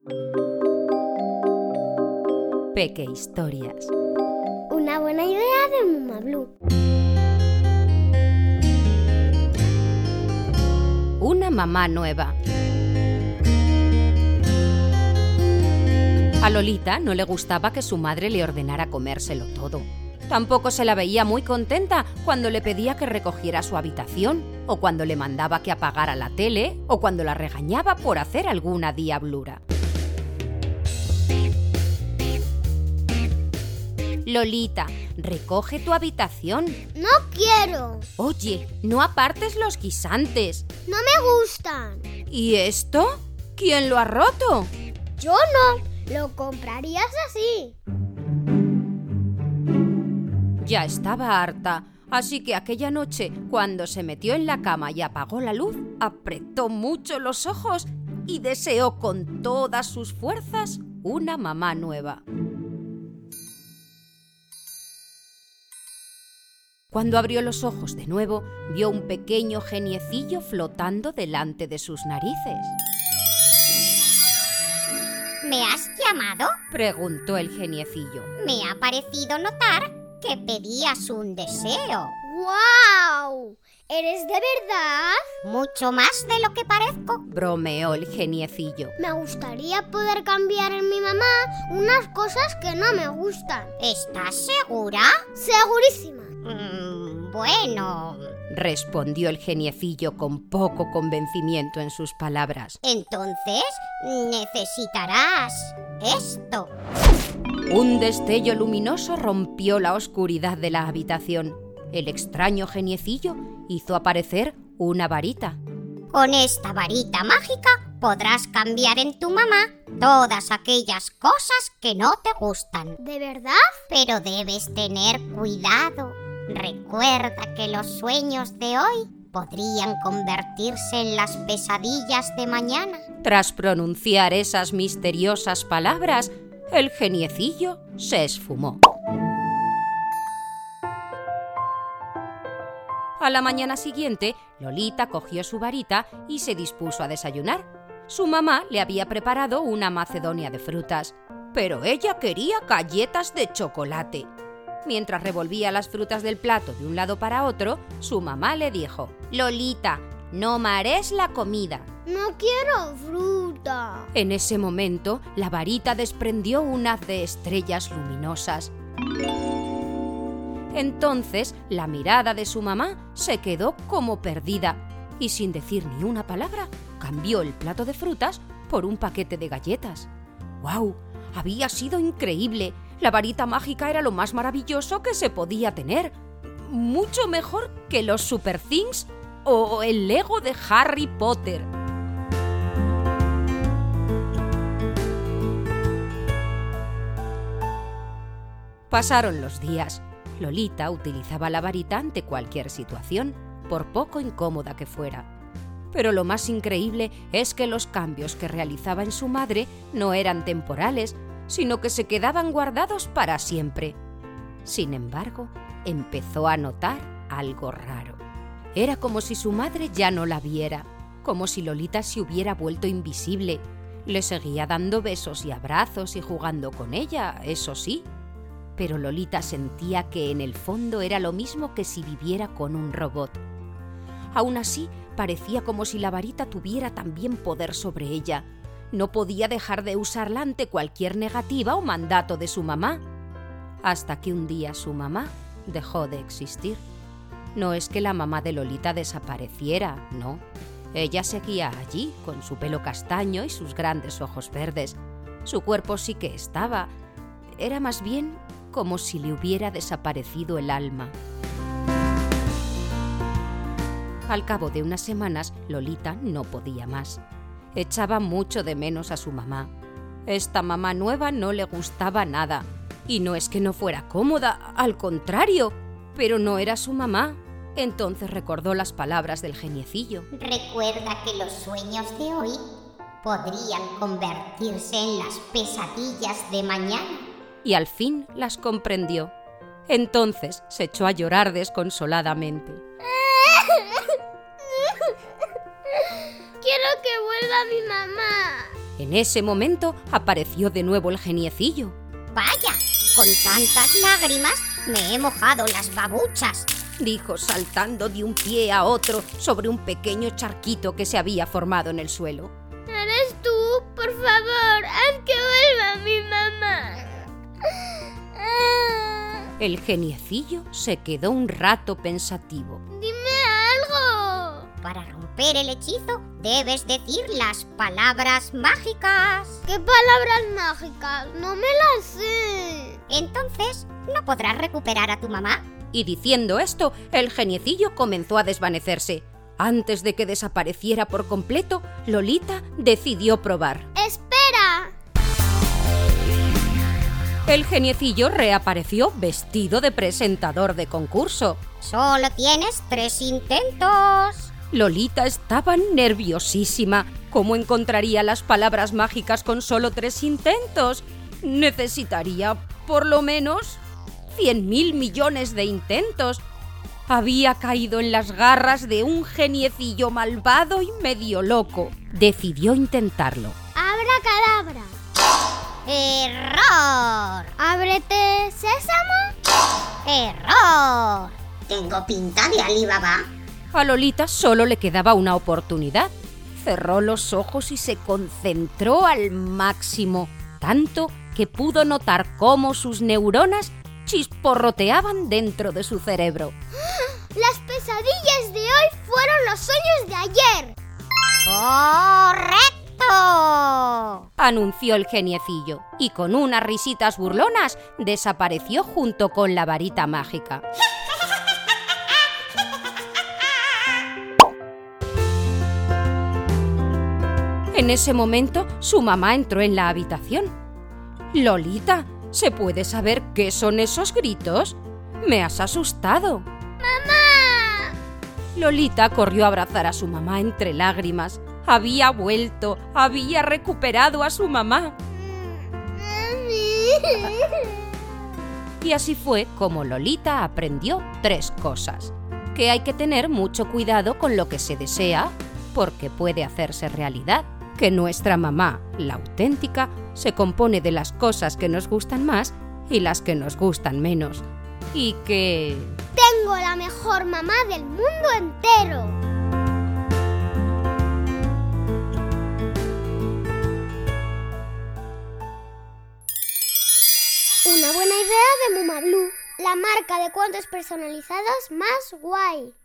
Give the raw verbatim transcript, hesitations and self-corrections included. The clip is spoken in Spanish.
Peque Historias. Una buena idea de Mamá Blue. Una mamá nueva. A Lolita no le gustaba que su madre le ordenara comérselo todo. Tampoco se la veía muy contenta cuando le pedía que recogiera su habitación, o cuando le mandaba que apagara la tele, o cuando la regañaba por hacer alguna diablura. Lolita, recoge tu habitación. No quiero. Oye, no apartes los guisantes. No me gustan. ¿Y esto? ¿Quién lo ha roto? Yo no. Lo comprarías así. Ya estaba harta, así que aquella noche, cuando se metió en la cama y apagó la luz, apretó mucho los ojos y deseó con todas sus fuerzas una mamá nueva. Cuando abrió los ojos de nuevo, vio un pequeño geniecillo flotando delante de sus narices. ¿Me has llamado? Preguntó el geniecillo. Me ha parecido notar que pedías un deseo. ¡Guau! ¿Eres de verdad? Mucho más de lo que parezco. Bromeó el geniecillo. Me gustaría poder cambiar en mi mamá unas cosas que no me gustan. ¿Estás segura? Segurísima. Mm, bueno... respondió el geniecillo con poco convencimiento en sus palabras. Entonces necesitarás esto. Un destello luminoso rompió la oscuridad de la habitación. El extraño geniecillo hizo aparecer una varita. Con esta varita mágica podrás cambiar en tu mamá todas aquellas cosas que no te gustan. ¿De verdad? Pero debes tener cuidado. Recuerda que los sueños de hoy podrían convertirse en las pesadillas de mañana. Tras pronunciar esas misteriosas palabras, el geniecillo se esfumó. A la mañana siguiente, Lolita cogió su varita y se dispuso a desayunar. Su mamá le había preparado una macedonia de frutas, pero ella quería galletas de chocolate. Mientras revolvía las frutas del plato de un lado para otro, su mamá le dijo: «Lolita, no marees la comida». No quiero fruta. En ese momento, la varita desprendió un haz de estrellas luminosas. Entonces, la mirada de su mamá se quedó como perdida y, sin decir ni una palabra, cambió el plato de frutas por un paquete de galletas. ¡Guau! Había sido increíble. La varita mágica era lo más maravilloso que se podía tener. Mucho mejor que los Super Things o el Lego de Harry Potter. Pasaron los días. Lolita utilizaba la varita ante cualquier situación, por poco incómoda que fuera. Pero lo más increíble es que los cambios que realizaba en su madre no eran temporales, sino que se quedaban guardados para siempre. Sin embargo, empezó a notar algo raro. Era como si su madre ya no la viera, como si Lolita se hubiera vuelto invisible. Le seguía dando besos y abrazos y jugando con ella, eso sí. Pero Lolita sentía que en el fondo era lo mismo que si viviera con un robot. Aún así, parecía como si la varita tuviera también poder sobre ella. No podía dejar de usarla ante cualquier negativa o mandato de su mamá. Hasta que un día su mamá dejó de existir. No es que la mamá de Lolita desapareciera, no. Ella seguía allí, con su pelo castaño y sus grandes ojos verdes. Su cuerpo sí que estaba. Era más bien como si le hubiera desaparecido el alma. Al cabo de unas semanas, Lolita no podía más. Echaba mucho de menos a su mamá. Esta mamá nueva no le gustaba nada. Y no es que no fuera cómoda, al contrario, pero no era su mamá. Entonces recordó las palabras del geniecillo. Recuerda que los sueños de hoy podrían convertirse en las pesadillas de mañana. Y al fin las comprendió. Entonces se echó a llorar desconsoladamente. Quiero que vuelva mi mamá. En ese momento apareció de nuevo el geniecillo. Vaya, con tantas lágrimas me he mojado las babuchas, dijo saltando de un pie a otro sobre un pequeño charquito que se había formado en el suelo. ¿Eres tú? Por favor, haz que vuelva mi mamá. El geniecillo se quedó un rato pensativo. Dime algo. Para romper el hechizo debes decir las palabras mágicas. ¿Qué palabras mágicas? No me las sé. Entonces, ¿no podrás recuperar a tu mamá? Y diciendo esto, el geniecillo comenzó a desvanecerse. Antes de que desapareciera por completo, Lolita decidió probar. ¡Espera! El geniecillo reapareció vestido de presentador de concurso. Solo tienes tres intentos. Lolita estaba nerviosísima. ¿Cómo encontraría las palabras mágicas con solo tres intentos? Necesitaría, por lo menos, cien mil millones de intentos. Había caído en las garras de un geniecillo malvado y medio loco. Decidió intentarlo. ¡Abracadabra! ¡Error! ¡Ábrete, sésamo! ¡Error! ¿Tengo pinta de Alibaba? A Lolita solo le quedaba una oportunidad. Cerró los ojos y se concentró al máximo, tanto que pudo notar cómo sus neuronas chisporroteaban dentro de su cerebro. ¡Las pesadillas de hoy fueron los sueños de ayer! ¡Correcto!, anunció el geniecillo, y con unas risitas burlonas desapareció junto con la varita mágica. En ese momento, su mamá entró en la habitación. «Lolita, ¿se puede saber qué son esos gritos? Me has asustado». ¡Mamá! Lolita corrió a abrazar a su mamá entre lágrimas. Había vuelto, había recuperado a su mamá. Y así fue como Lolita aprendió tres cosas. Que hay que tener mucho cuidado con lo que se desea, porque puede hacerse realidad. Que nuestra mamá, la auténtica, se compone de las cosas que nos gustan más y las que nos gustan menos. Y que... ¡tengo la mejor mamá del mundo entero! Una buena idea de Mumablu, la marca de cuentos personalizados más guay.